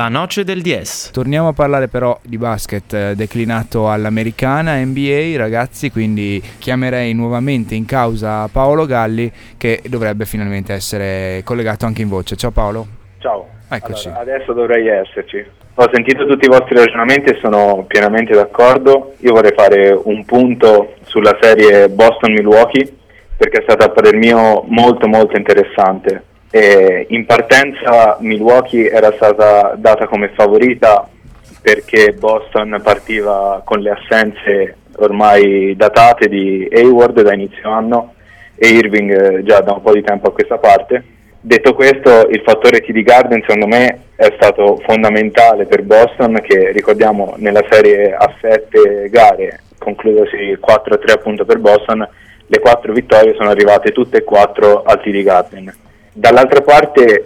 La noce del 10. Torniamo a parlare però di basket declinato all'americana, NBA, ragazzi, quindi chiamerei nuovamente in causa Paolo Galli, che dovrebbe finalmente essere collegato anche in voce. Ciao Paolo. Ciao. Eccoci. Allora, adesso dovrei esserci. Ho sentito tutti i vostri ragionamenti e sono pienamente d'accordo. Io vorrei fare un punto sulla serie Boston-Milwaukee, perché è stata a parer mio molto interessante. E in partenza Milwaukee era stata data come favorita perché Boston partiva con le assenze ormai datate di Hayward da inizio anno e Irving già da un po' di tempo a questa parte. Detto questo, il fattore TD Garden secondo me è stato fondamentale per Boston, che ricordiamo nella serie a 7 gare, concludersi 4-3 appunto per Boston, le 4 vittorie sono arrivate tutte e 4 al TD Garden. Dall'altra parte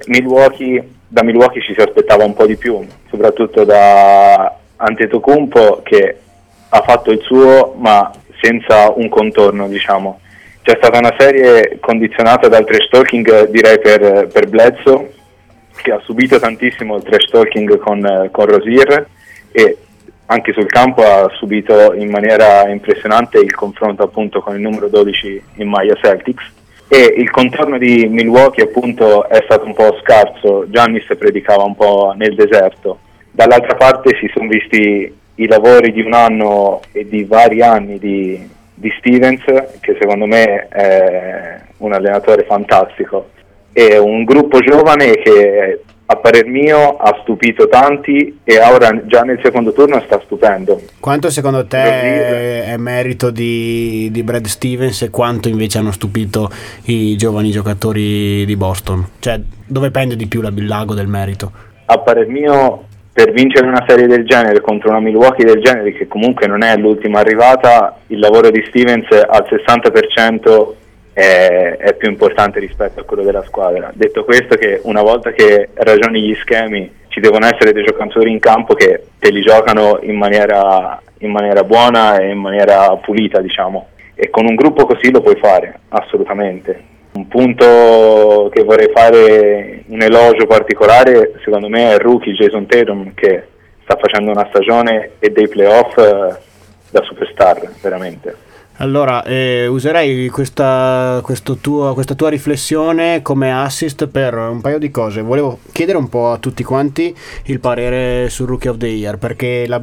da Milwaukee ci si aspettava un po' di più, soprattutto da Antetokounmpo, che ha fatto il suo ma senza un contorno, diciamo. C'è stata una serie condizionata dal trash talking, direi per Bledsoe, che ha subito tantissimo il trash talking con Rozier, e anche sul campo ha subito in maniera impressionante il confronto appunto con il numero 12 in maglia Celtics, e il contorno di Milwaukee appunto è stato un po' scarso. Giannis predicava un po' nel deserto. Dall'altra parte si sono visti i lavori di un anno e di vari anni di Stevens, che secondo me è un allenatore fantastico, e un gruppo giovane che a parer mio ha stupito tanti e ora già nel secondo turno sta stupendo. Quanto secondo te è merito di Brad Stevens e quanto invece hanno stupito i giovani giocatori di Boston? Cioè, dove pende di più l'ago del merito? A parer mio, per vincere una serie del genere contro una Milwaukee del genere, che comunque non è l'ultima arrivata, il lavoro di Stevens al 60% è più importante rispetto a quello della squadra. Detto questo, che una volta che ragioni gli schemi, ci devono essere dei giocatori in campo che te li giocano in maniera buona e in maniera pulita, diciamo, e con un gruppo così lo puoi fare, assolutamente. Un punto che vorrei fare un elogio particolare, secondo me, è il rookie Jason Tatum, che sta facendo una stagione e dei playoff da superstar, veramente. Allora, userei questa tua riflessione come assist per un paio di cose. Volevo chiedere un po' a tutti quanti il parere sul Rookie of the Year, perché l'ago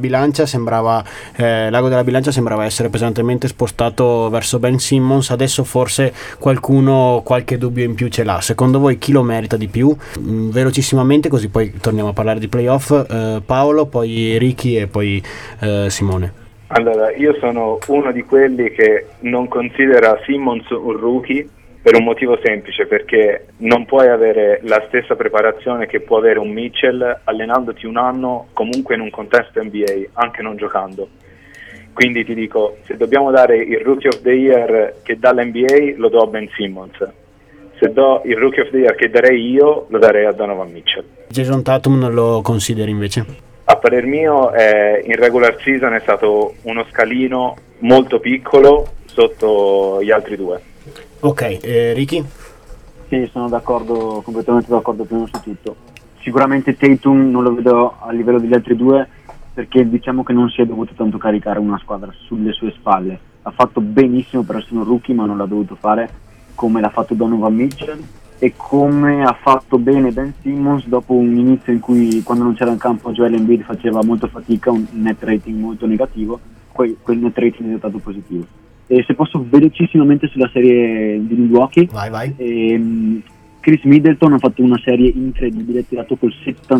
della bilancia sembrava essere pesantemente spostato verso Ben Simmons. Adesso forse qualche dubbio in più ce l'ha. Secondo voi chi lo merita di più? Velocissimamente, così poi torniamo a parlare di playoff. Paolo, poi Ricky e poi Simone. Allora, io sono uno di quelli che non considera Simmons un rookie per un motivo semplice, perché non puoi avere la stessa preparazione che può avere un Mitchell allenandoti un anno comunque in un contesto NBA, anche non giocando. Quindi ti dico, se dobbiamo dare il Rookie of the Year che dà l'NBA, lo do a Ben Simmons. Se do il Rookie of the Year che darei io, lo darei a Donovan Mitchell. Jason Tatum non lo consideri invece? A parer mio in regular season è stato uno scalino molto piccolo sotto gli altri due. Ok, Ricky? Sì, sono d'accordo, completamente d'accordo più su tutto. Sicuramente Tatum non lo vedo a livello degli altri due, perché diciamo che non si è dovuto tanto caricare una squadra sulle sue spalle. Ha fatto benissimo per essere un rookie, ma non l'ha dovuto fare come l'ha fatto Donovan Mitchell, e come ha fatto bene Ben Simmons dopo un inizio in cui, quando non c'era in campo, Joel Embiid faceva molto fatica, un net rating molto negativo. Poi quel net rating è diventato positivo. E se posso velocissimamente sulla serie di Milwaukee, vai. Chris Middleton ha fatto una serie incredibile, ha tirato col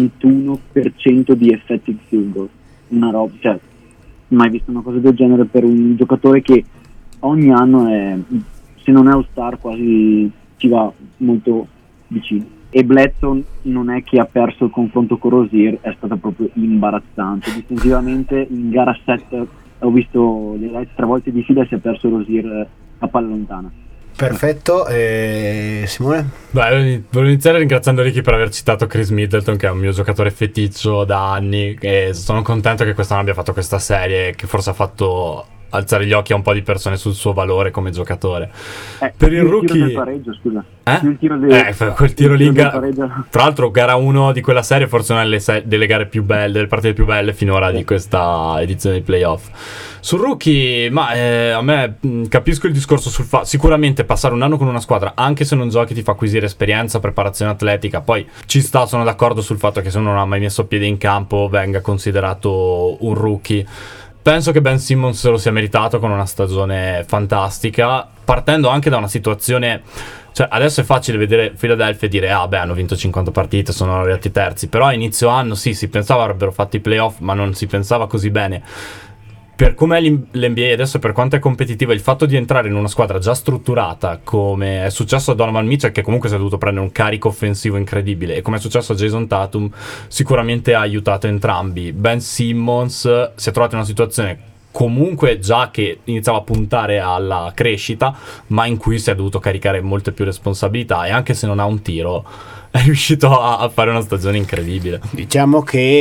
71% di effective field goal, una roba, cioè mai visto una cosa del genere per un giocatore che ogni anno è, se non è all-star, quasi ci va molto vicino. E Bledsoe non è che ha perso il confronto con Rozier, è stato proprio imbarazzante. Difensivamente in gara 7 ho visto le right 3 volte di fila e si è perso Rozier a palla lontana. Perfetto, Simone? Beh, volevo iniziare ringraziando Ricky per aver citato Chris Middleton, che è un mio giocatore feticcio da anni, e sono contento che quest'anno abbia fatto questa serie, che forse ha fatto alzare gli occhi a un po' di persone sul suo valore come giocatore. Per il rookie tiro del pareggio, scusa. Il tiro quel tiro lì tra l'altro gara 1 di quella serie, forse una delle gare più belle, delle partite più belle finora di questa edizione dei playoff. Sul rookie, a me capisco il discorso sul fatto, sicuramente passare un anno con una squadra, anche se non giochi, ti fa acquisire esperienza, preparazione atletica. Poi ci sta, sono d'accordo sul fatto che se uno non ha mai messo piede in campo venga considerato un rookie. Penso che Ben Simmons se lo sia meritato con una stagione fantastica, partendo anche da una situazione, cioè adesso è facile vedere Philadelphia e dire hanno vinto 50 partite, sono arrivati terzi, però a inizio anno sì, si pensava avrebbero fatto i playoff, ma non si pensava così bene. Per com'è l'NBA adesso, per quanto è competitiva, il fatto di entrare in una squadra già strutturata, come è successo a Donovan Mitchell, che comunque si è dovuto prendere un carico offensivo incredibile, e come è successo a Jason Tatum, sicuramente ha aiutato entrambi. Ben Simmons si è trovato in una situazione comunque già che iniziava a puntare alla crescita, ma in cui si è dovuto caricare molte più responsabilità, e anche se non ha un tiro è riuscito a fare una stagione incredibile. Diciamo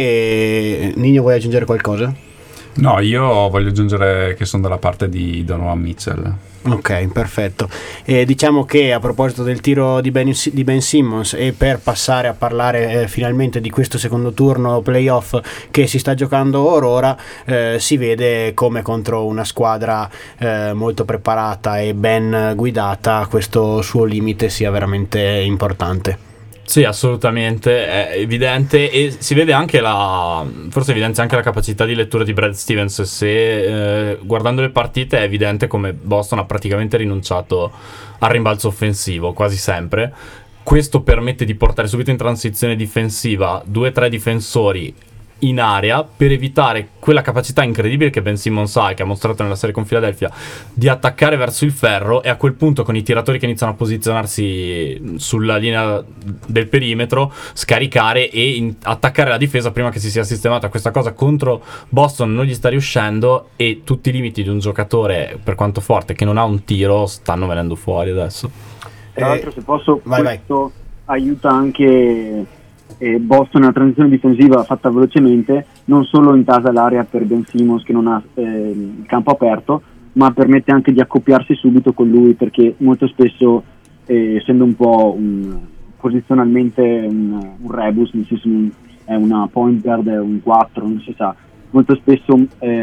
che Nino, vuoi aggiungere qualcosa? No, io voglio aggiungere che sono dalla parte di Donovan Mitchell. Ok, perfetto. Diciamo che a proposito del tiro di Ben Simmons, e per passare a parlare finalmente di questo secondo turno playoff che si sta giocando ora, si vede come contro una squadra molto preparata e ben guidata questo suo limite sia veramente importante. Sì, assolutamente, è evidente, e si vede anche forse evidenzia anche la capacità di lettura di Brad Stevens. Se guardando le partite è evidente come Boston ha praticamente rinunciato al rimbalzo offensivo quasi sempre. Questo permette di portare subito in transizione difensiva 2-3 difensori in area, per evitare quella capacità incredibile che Ben Simmons ha e che ha mostrato nella serie con Philadelphia di attaccare verso il ferro, e a quel punto con i tiratori che iniziano a posizionarsi sulla linea del perimetro scaricare e attaccare la difesa prima che si sia sistemata. Questa cosa contro Boston non gli sta riuscendo, e tutti i limiti di un giocatore, per quanto forte, che non ha un tiro, stanno venendo fuori adesso. Tra l'altro, se posso, vai. Aiuta anche Boston nella transizione difensiva fatta velocemente, non solo intasa l'area per Ben Simmons che non ha il campo aperto, ma permette anche di accoppiarsi subito con lui, perché molto spesso essendo un po' posizionalmente un rebus, nel senso è una point guard, è un 4, non si sa, molto spesso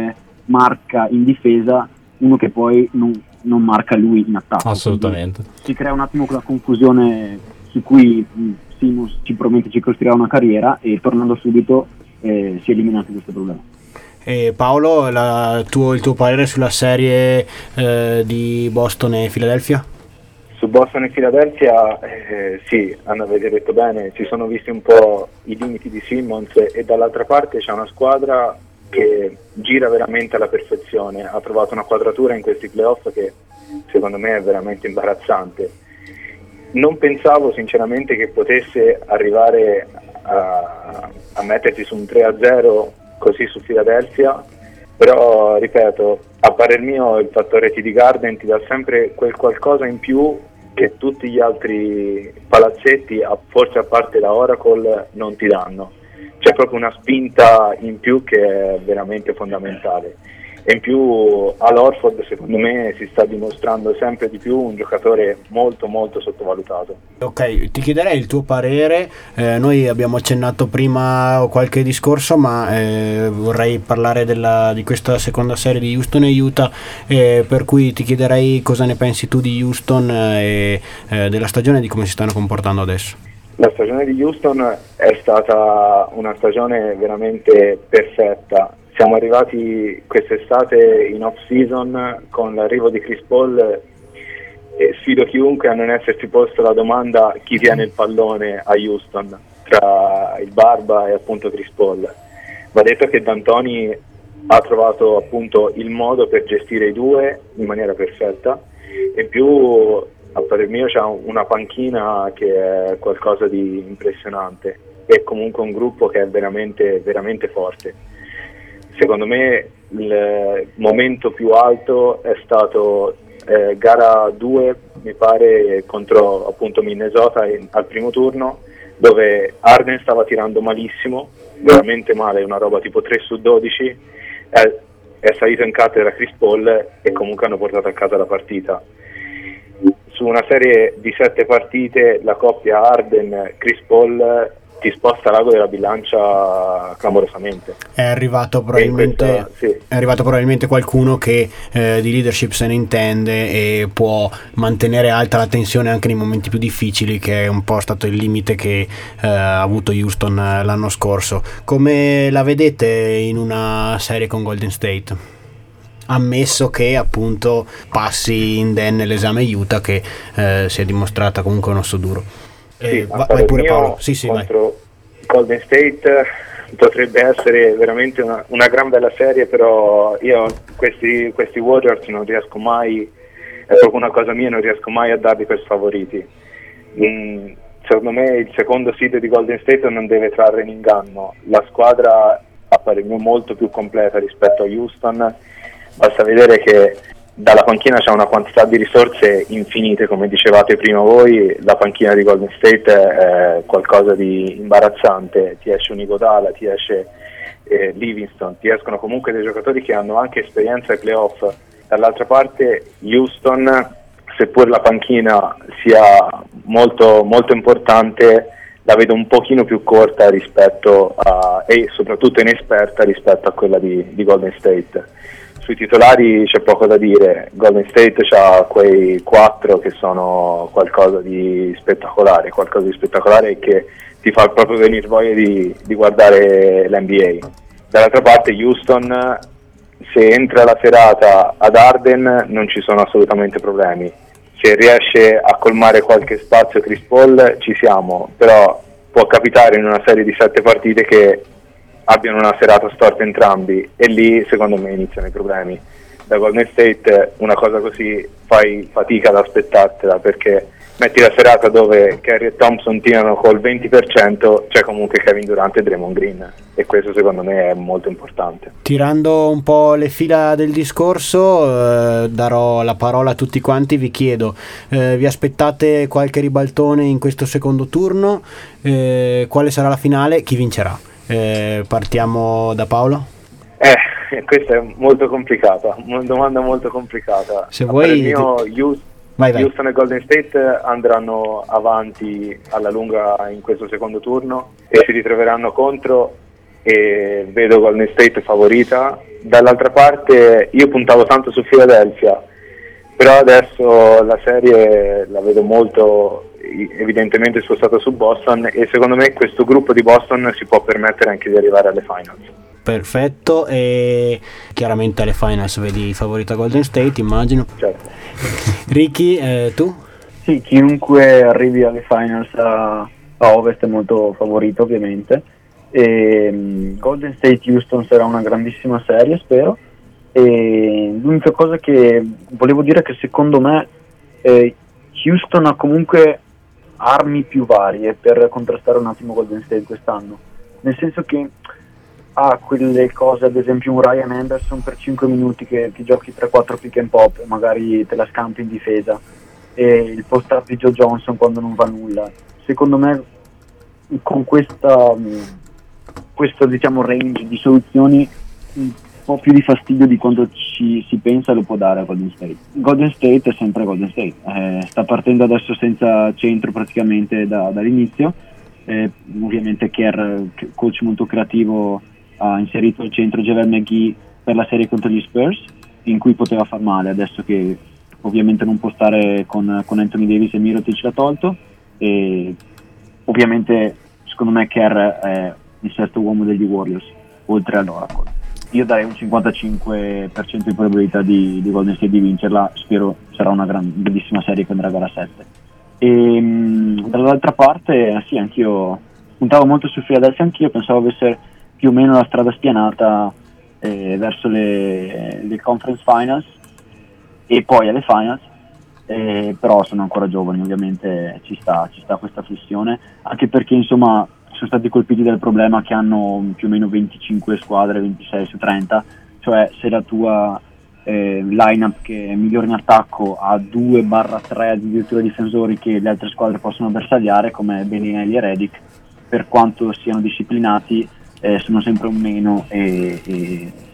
marca in difesa uno che poi non marca lui in attacco. Assolutamente. Quindi si crea un attimo quella confusione su cui Simmons ci promette ci costruirà una carriera, e tornando subito si è eliminato questo problema. Paolo, il tuo parere sulla serie di Boston e Philadelphia? Su Boston e Philadelphia sì, avete detto bene, si sono visti un po' i limiti di Simmons, e dall'altra parte c'è una squadra che gira veramente alla perfezione, ha trovato una quadratura in questi playoff che secondo me è veramente imbarazzante. Non pensavo sinceramente che potesse arrivare a mettersi su un 3-0 così su Philadelphia, però ripeto, a parer mio il fattore TD Garden ti dà sempre quel qualcosa in più che tutti gli altri palazzetti, forse a parte la Oracle, non ti danno. C'è proprio una spinta in più che è veramente fondamentale. E in più Al Horford secondo me si sta dimostrando sempre di più un giocatore molto molto sottovalutato. Ok, ti chiederei il tuo parere. Noi abbiamo accennato prima qualche discorso, ma vorrei parlare di questa seconda serie di Houston e Utah, per cui ti chiederei cosa ne pensi tu di Houston e della stagione, e di come si stanno comportando adesso. La stagione di Houston è stata una stagione veramente perfetta. Siamo arrivati quest'estate in off-season con l'arrivo di Chris Paul, e sfido chiunque a non essersi posto la domanda chi tiene il pallone a Houston tra il Barba e appunto Chris Paul. Va detto che D'Antoni ha trovato appunto il modo per gestire i due in maniera perfetta, e in più a parer mio c'è una panchina che è qualcosa di impressionante, e comunque un gruppo che è veramente veramente forte. Secondo me il momento più alto è stato gara 2, mi pare, contro appunto Minnesota al primo turno, dove Harden stava tirando malissimo, veramente male, una roba tipo 3 su 12, è salito in cattedra Chris Paul e comunque hanno portato a casa la partita. Su una serie di 7 partite la coppia Harden-Chris Paul ti sposta l'ago della bilancia clamorosamente. È arrivato probabilmente qualcuno che di leadership se ne intende e può mantenere alta la tensione anche nei momenti più difficili, che è un po' stato il limite che ha avuto Houston l'anno scorso. Come la vedete in una serie con Golden State? Ammesso che appunto passi indenne l'esame Utah, che si è dimostrata comunque un osso duro. Vai pure Paolo. Sì, contro Golden State potrebbe essere veramente una gran bella serie, però io questi Warriors non riesco mai, è proprio una cosa mia, non riesco mai a darli per sfavoriti. Secondo me il secondo seed di Golden State non deve trarre in inganno, la squadra appare molto più completa rispetto a Houston, basta vedere che dalla panchina c'è una quantità di risorse infinite, come dicevate prima voi. La panchina di Golden State è qualcosa di imbarazzante, ti esce un Iguodala, ti esce Livingston, ti escono comunque dei giocatori che hanno anche esperienza ai playoff. Dall'altra parte Houston, seppur la panchina sia molto, molto importante, la vedo un pochino più corta rispetto e soprattutto inesperta rispetto a quella di Golden State. Sui titolari c'è poco da dire, Golden State ha quei 4 che sono qualcosa di spettacolare che ti fa proprio venire voglia di guardare l'NBA. Dall'altra parte Houston, se entra la serata ad Harden non ci sono assolutamente problemi, se riesce a colmare qualche spazio Chris Paul ci siamo, però può capitare in una serie di 7 partite che abbiano una serata storta entrambi e lì secondo me iniziano i problemi. Da Golden State una cosa così fai fatica ad aspettartela, perché metti la serata dove Curry e Thompson tirano col 20%, c'è comunque Kevin Durant e Draymond Green, e questo secondo me è molto importante. Tirando un po' le fila del discorso, darò la parola a tutti quanti. Vi chiedo, vi aspettate qualche ribaltone in questo secondo turno? Quale sarà la finale? Chi vincerà? Partiamo da Paolo. Questa è molto complicata, una domanda molto complicata. Se vuoi Houston e Golden State andranno avanti alla lunga in questo secondo turno e si ritroveranno contro, e vedo Golden State favorita. Dall'altra parte io puntavo tanto su Philadelphia, però adesso la serie la vedo molto evidentemente spostata su Boston, e secondo me questo gruppo di Boston si può permettere anche di arrivare alle finals. Perfetto, e chiaramente alle finals vedi favorita Golden State, immagino. Certo. Ricky, tu? Sì, chiunque arrivi alle finals a Ovest è molto favorito ovviamente, e Golden State Houston sarà una grandissima serie, spero. E l'unica cosa che volevo dire è che secondo me Houston ha comunque armi più varie per contrastare un attimo Golden State quest'anno, nel senso che ha quelle cose, ad esempio un Ryan Anderson per 5 minuti che ti giochi 3-4 pick and pop, magari te la scampi in difesa, e il post up di Joe Johnson quando non va nulla. Secondo me con questo diciamo range di soluzioni un po' più di fastidio di quanto si pensa lo può dare a Golden State. Golden State è sempre Golden State, sta partendo adesso senza centro praticamente dall'inizio, ovviamente Kerr, coach molto creativo, ha inserito il centro JaVale McGee per la serie contro gli Spurs, in cui poteva far male, adesso che ovviamente non può stare con Anthony Davis e Mirotic l'ha tolto, e ovviamente secondo me Kerr è il sesto uomo degli Warriors oltre all'Oracle. Io darei un 55% di probabilità di Golden State di vincerla, spero sarà una grandissima serie che andrà a gara 7. E dall'altra parte sì, anch'io puntavo molto su Philadelphia, anch'io pensavo avesse più o meno la strada spianata verso le conference finals e poi alle finals, però sono ancora giovani, ovviamente ci sta questa flessione, anche perché insomma sono stati colpiti dal problema che hanno più o meno 25 squadre, 26 su 30, cioè se la tua lineup che è migliore in attacco ha 2/3 addirittura difensori che le altre squadre possono bersagliare, come Belinelli e Redick, per quanto siano disciplinati sono sempre un meno, e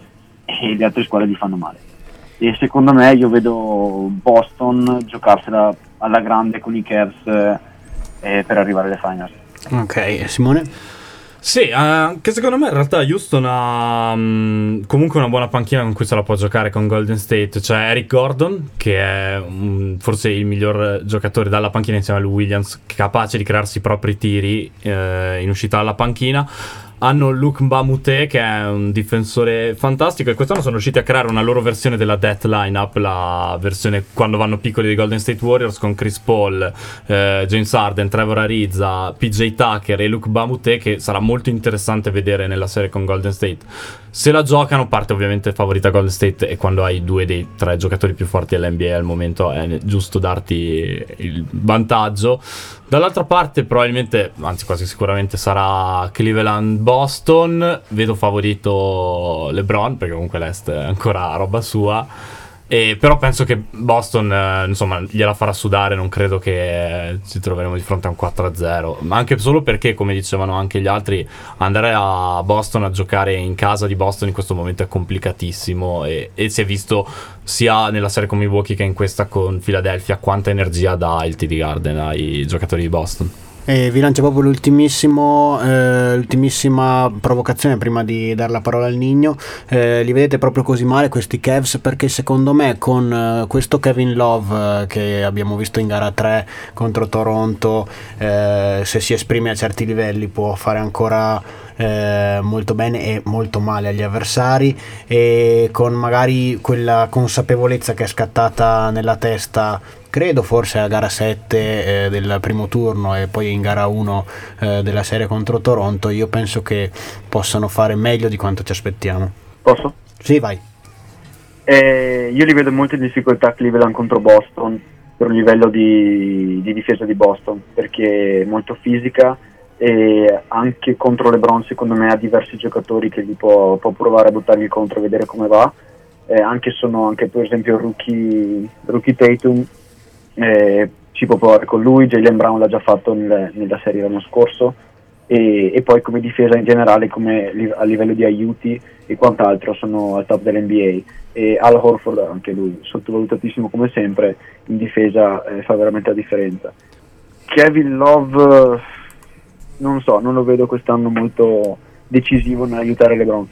e le altre squadre gli fanno male. E secondo me io vedo Boston giocarsela alla grande con i Cavs per arrivare alle finals. Ok, Simone? Sì, che secondo me in realtà Houston ha comunque una buona panchina con cui se la può giocare con Golden State. C'è Eric Gordon, che è forse il miglior giocatore dalla panchina insieme a Lou Williams, capace di crearsi i propri tiri in uscita dalla panchina. Hanno Luc Mbah a Moute, che è un difensore fantastico, e quest'anno sono riusciti a creare una loro versione della Death Lineup, la versione quando vanno piccoli dei Golden State Warriors, con Chris Paul, James Harden, Trevor Ariza, PJ Tucker e Luc Mbah a Moute, che sarà molto interessante vedere nella serie con Golden State. Se la giocano, parte ovviamente favorita Golden State, e quando hai 2 dei 3 giocatori più forti dell'NBA al momento è giusto darti il vantaggio. Dall'altra parte probabilmente, anzi quasi sicuramente, sarà Cleveland-Boston. Vedo favorito LeBron, perché comunque l'Est è ancora roba sua. Però penso che Boston insomma gliela farà sudare. Non credo che ci troveremo di fronte a un 4-0, ma anche solo perché, come dicevano anche gli altri, andare a Boston a giocare in casa di Boston in questo momento è complicatissimo, e si è visto sia nella serie con Milwaukee che in questa con Philadelphia quanta energia dà il TD Garden ai giocatori di Boston. E vi lancio proprio l'ultimissima provocazione prima di dare la parola al Nigno. Li vedete proprio così male questi Cavs? Perché secondo me con questo Kevin Love che abbiamo visto in gara 3 contro Toronto, se si esprime a certi livelli può fare ancora molto bene e molto male agli avversari, e con magari quella consapevolezza che è scattata nella testa, credo forse a gara 7 del primo turno e poi in gara 1 della serie contro Toronto, io penso che possano fare meglio di quanto ci aspettiamo. Posso? Sì, vai. Io li vedo molte difficoltà a Cleveland contro Boston per un livello di difesa di Boston, perché è molto fisica, e anche contro LeBron secondo me ha diversi giocatori che gli può provare a buttargli contro e vedere come va. Anche per esempio rookie Tatum, ci può provare con lui. Jaylen Brown l'ha già fatto nella serie l'anno scorso, e poi come difesa in generale, come a livello di aiuti e quant'altro, sono al top dell'NBA. E Al Horford, anche lui sottovalutatissimo come sempre, in difesa fa veramente la differenza. Kevin Love non lo vedo quest'anno molto decisivo nell'aiutare LeBron,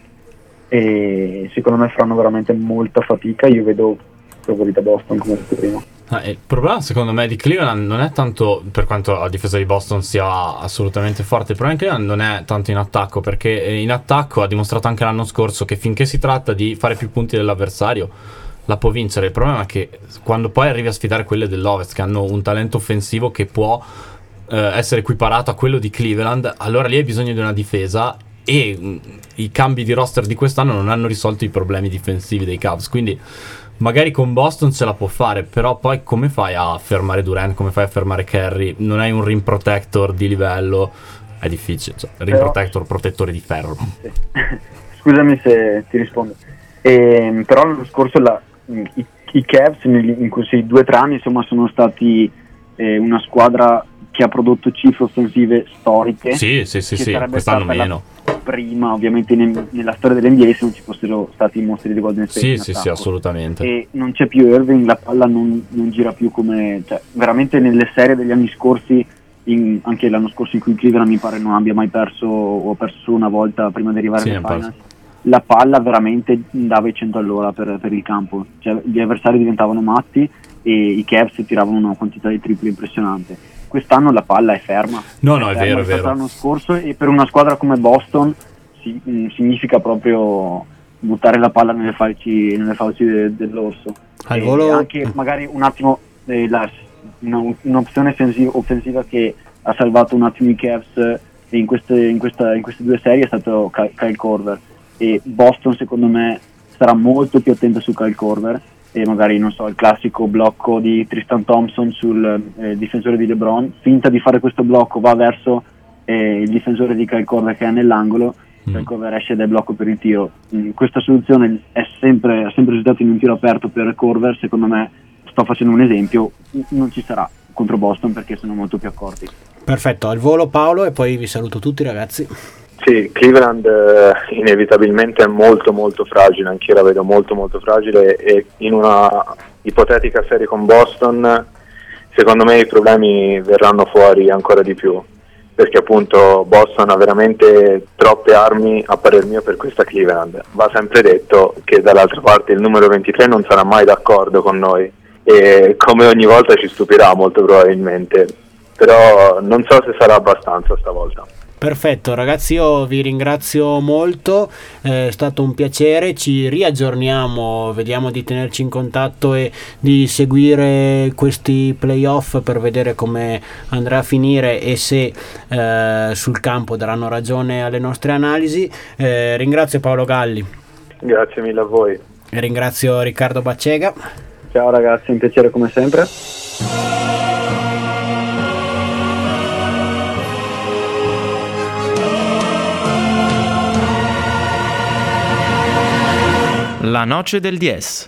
e secondo me faranno veramente molta fatica. Io vedo favorita Boston, come detto prima. Il problema secondo me di Cleveland non è tanto, per quanto la difesa di Boston sia assolutamente forte, il problema di Cleveland non è tanto in attacco, perché in attacco ha dimostrato anche l'anno scorso che finché si tratta di fare più punti dell'avversario la può vincere. Il problema è che quando poi arrivi a sfidare quelle dell'Ovest, che hanno un talento offensivo che può essere equiparato a quello di Cleveland, allora lì hai bisogno di una difesa, e i cambi di roster di quest'anno non hanno risolto i problemi difensivi dei Cavs. Quindi magari con Boston se la può fare, però poi come fai a fermare Durant, come fai a fermare Curry? Non hai un rim protector di livello, è difficile, cioè, rim protector, protettore di ferro. Scusami se ti rispondo, però l'anno scorso i Cavs in questi 2 o 3 anni insomma sono stati una squadra che ha prodotto cifre offensive storiche. Sì, quest'anno meno. Prima ovviamente nella storia dell'NBA, se non ci fossero stati i mostri di Golden State. Sì, assolutamente. E non c'è più Irving, la palla non gira più come, cioè, veramente nelle serie degli anni scorsi, anche l'anno scorso in cui Cleveland mi pare non abbia mai perso, o perso solo una volta prima di arrivare alle finals, la palla veramente andava ai 100 all'ora per il campo, cioè, gli avversari diventavano matti e i Cavs tiravano una quantità di tripli impressionante. Quest'anno la palla è ferma. È vero. L'anno scorso, e per una squadra come Boston significa proprio buttare la palla nelle falci dell'orso. E anche magari un attimo un'opzione offensiva che ha salvato un attimo i Cavs in queste 2 serie è stato Kyle Korver, e Boston secondo me sarà molto più attenta su Kyle Korver, e magari non so, il classico blocco di Tristan Thompson sul difensore di LeBron, finta di fare questo blocco, va verso il difensore di Kyle Korver che è nell'angolo, Kyle Korver esce dal blocco per il tiro. Questa soluzione ha sempre risultato in un tiro aperto per Korver. Secondo me, sto facendo un esempio, non ci sarà contro Boston perché sono molto più accorti. Perfetto, al volo Paolo, e poi vi saluto tutti ragazzi. Sì, Cleveland inevitabilmente è molto molto fragile, anch'io la vedo molto molto fragile, e in una ipotetica serie con Boston secondo me i problemi verranno fuori ancora di più, perché appunto Boston ha veramente troppe armi a parer mio per questa Cleveland. Va sempre detto che dall'altra parte il numero 23 non sarà mai d'accordo con noi e come ogni volta ci stupirà molto probabilmente, però non so se sarà abbastanza stavolta. Perfetto ragazzi, io vi ringrazio molto, è stato un piacere, ci riaggiorniamo, vediamo di tenerci in contatto e di seguire questi playoff per vedere come andrà a finire e se sul campo daranno ragione alle nostre analisi. Ringrazio Paolo Galli. Grazie mille a voi. E ringrazio Riccardo Baccega. Ciao ragazzi, un piacere come sempre. La noce del 10.